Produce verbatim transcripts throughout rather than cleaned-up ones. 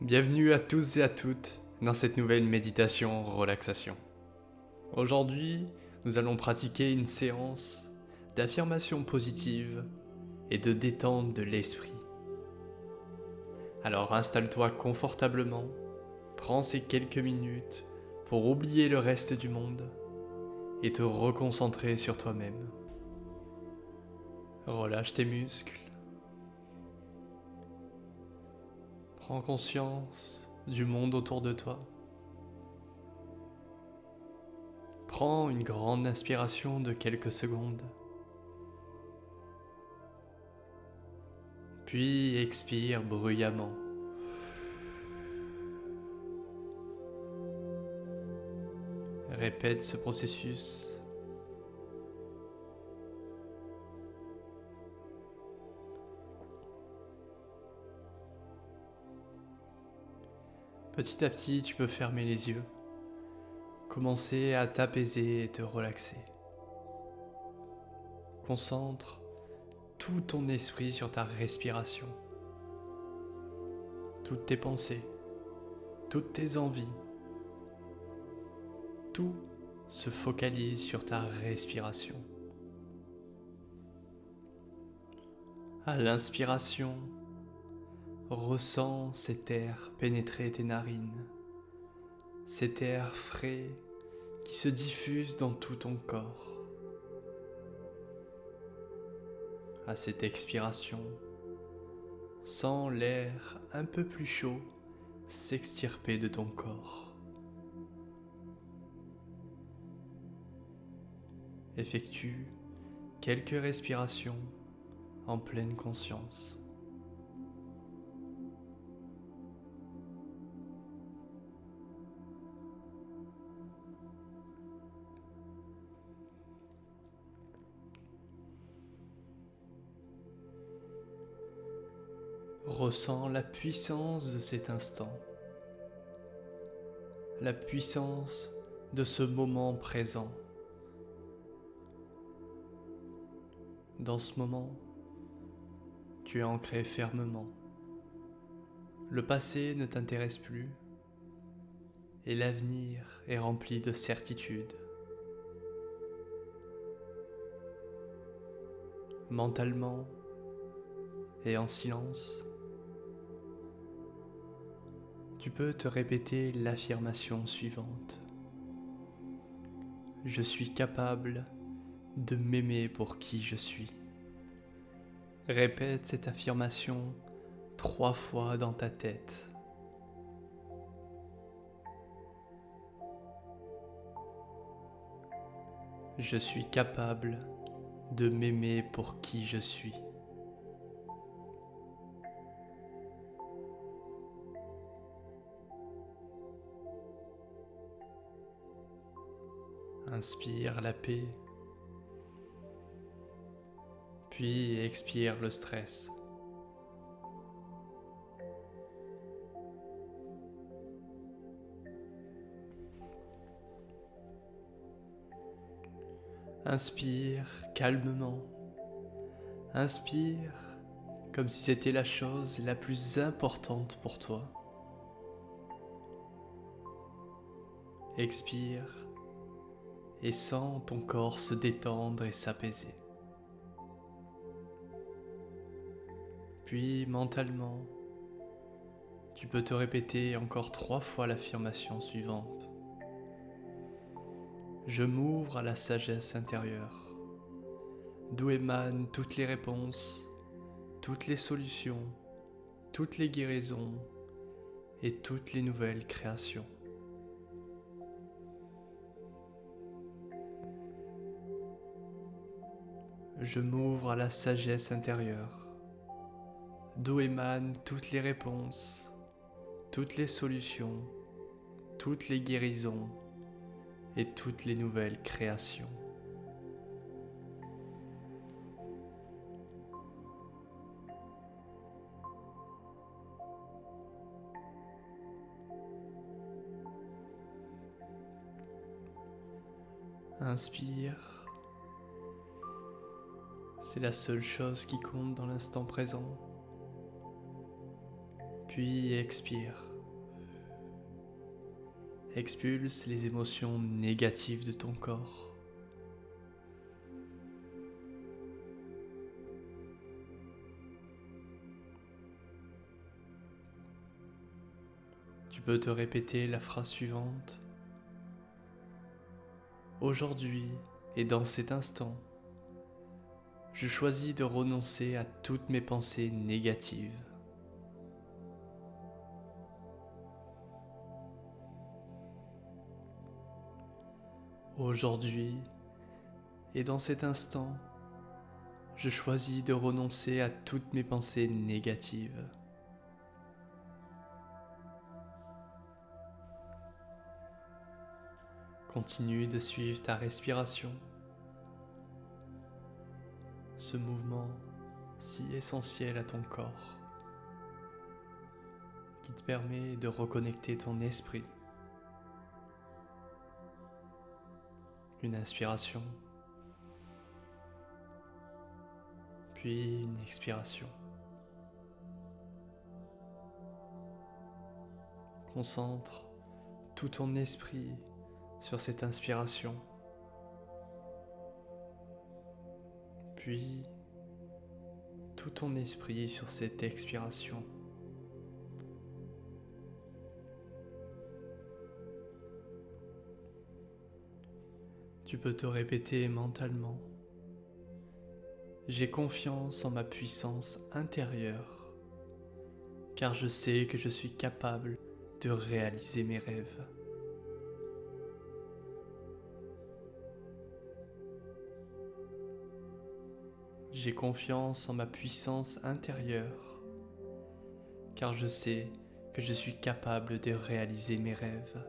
Bienvenue à tous et à toutes dans cette nouvelle méditation relaxation. Aujourd'hui, nous allons pratiquer une séance d'affirmation positive et de détente de l'esprit. Alors installe-toi confortablement, prends ces quelques minutes pour oublier le reste du monde et te reconcentrer sur toi-même. Relâche tes muscles. Prends conscience du monde autour de toi. Prends une grande inspiration de quelques secondes. Puis expire bruyamment. Répète ce processus. Petit à petit, tu peux fermer les yeux. Commencer à t'apaiser et te relaxer. Concentre tout ton esprit sur ta respiration. Toutes tes pensées, toutes tes envies. Tout se focalise sur ta respiration. À l'inspiration, ressens cet air pénétrer tes narines, cet air frais qui se diffuse dans tout ton corps. À cette expiration, sens l'air un peu plus chaud s'extirper de ton corps. Effectue quelques respirations en pleine conscience. Ressens la puissance de cet instant, la puissance de ce moment présent. Dans ce moment, tu es ancré fermement. Le passé ne t'intéresse plus et l'avenir est rempli de certitude. Mentalement et en silence, tu peux te répéter l'affirmation suivante. Je suis capable de m'aimer pour qui je suis. Répète cette affirmation trois fois dans ta tête. Je suis capable de m'aimer pour qui je suis. Inspire la paix, puis expire le stress. Inspire calmement. Inspire comme si c'était la chose la plus importante pour toi. Expire et sens ton corps se détendre et s'apaiser. Puis mentalement, tu peux te répéter encore trois fois l'affirmation suivante. Je m'ouvre à la sagesse intérieure, d'où émanent toutes les réponses, toutes les solutions, toutes les guérisons et toutes les nouvelles créations. Je m'ouvre à la sagesse intérieure, d'où émanent toutes les réponses, toutes les solutions, toutes les guérisons et toutes les nouvelles créations. Inspire. C'est la seule chose qui compte dans l'instant présent. Puis expire. Expulse les émotions négatives de ton corps. Tu peux te répéter la phrase suivante. Aujourd'hui et dans cet instant, je choisis de renoncer à toutes mes pensées négatives. Aujourd'hui et dans cet instant, je choisis de renoncer à toutes mes pensées négatives. Continue de suivre ta respiration, ce mouvement si essentiel à ton corps, qui te permet de reconnecter ton esprit. Une inspiration, puis une expiration. Concentre tout ton esprit sur cette inspiration, puis tout ton esprit sur cette expiration. Tu peux te répéter mentalement. J'ai confiance en ma puissance intérieure, car je sais que je suis capable de réaliser mes rêves. J'ai confiance en ma puissance intérieure, car je sais que je suis capable de réaliser mes rêves.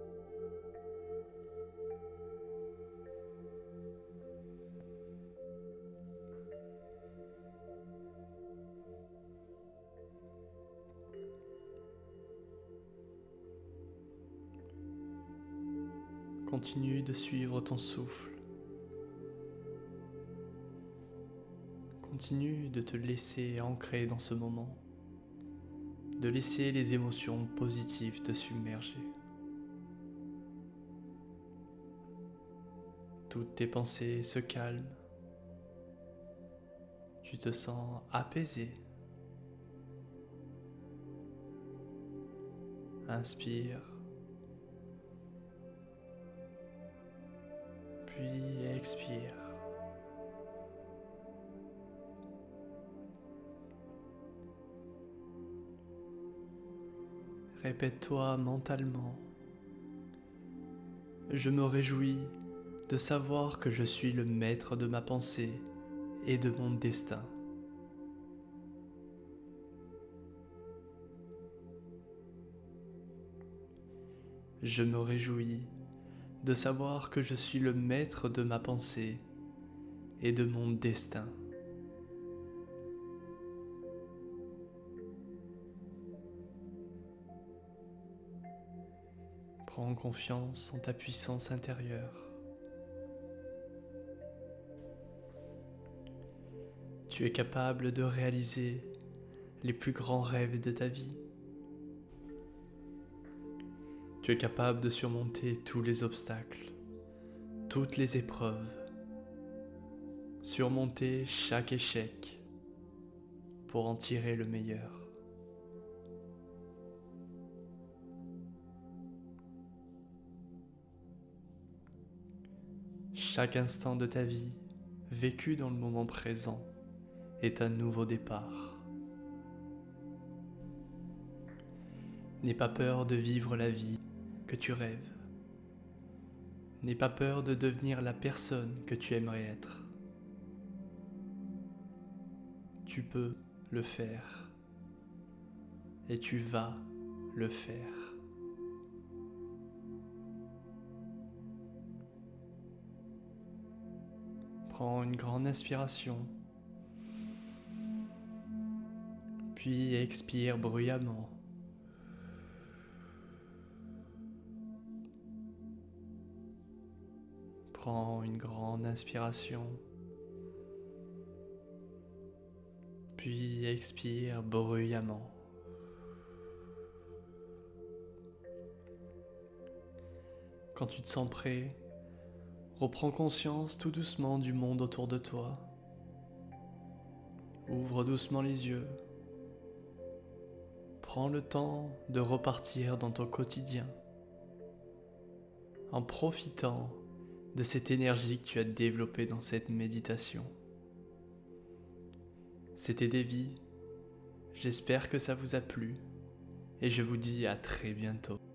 Continue de suivre ton souffle. Continue de te laisser ancrer dans ce moment, de laisser les émotions positives te submerger. Toutes tes pensées se calment. Tu te sens apaisé. Inspire. Puis expire. Répète-toi mentalement. Je me réjouis de savoir que je suis le maître de ma pensée et de mon destin. Je me réjouis de savoir que je suis le maître de ma pensée et de mon destin. Prends confiance en ta puissance intérieure. Tu es capable de réaliser les plus grands rêves de ta vie. Tu es capable de surmonter tous les obstacles, toutes les épreuves, surmonter chaque échec pour en tirer le meilleur. Chaque instant de ta vie, vécu dans le moment présent, est un nouveau départ. N'aie pas peur de vivre la vie que tu rêves. N'aie pas peur de devenir la personne que tu aimerais être. Tu peux le faire et tu vas le faire. Prends une grande inspiration, puis expire bruyamment. Prends une grande inspiration, puis expire bruyamment. Quand tu te sens prêt, reprends conscience tout doucement du monde autour de toi. Ouvre doucement les yeux. Prends le temps de repartir dans ton quotidien en profitant de cette énergie que tu as développée dans cette méditation. C'était Davy, j'espère que ça vous a plu et je vous dis à très bientôt.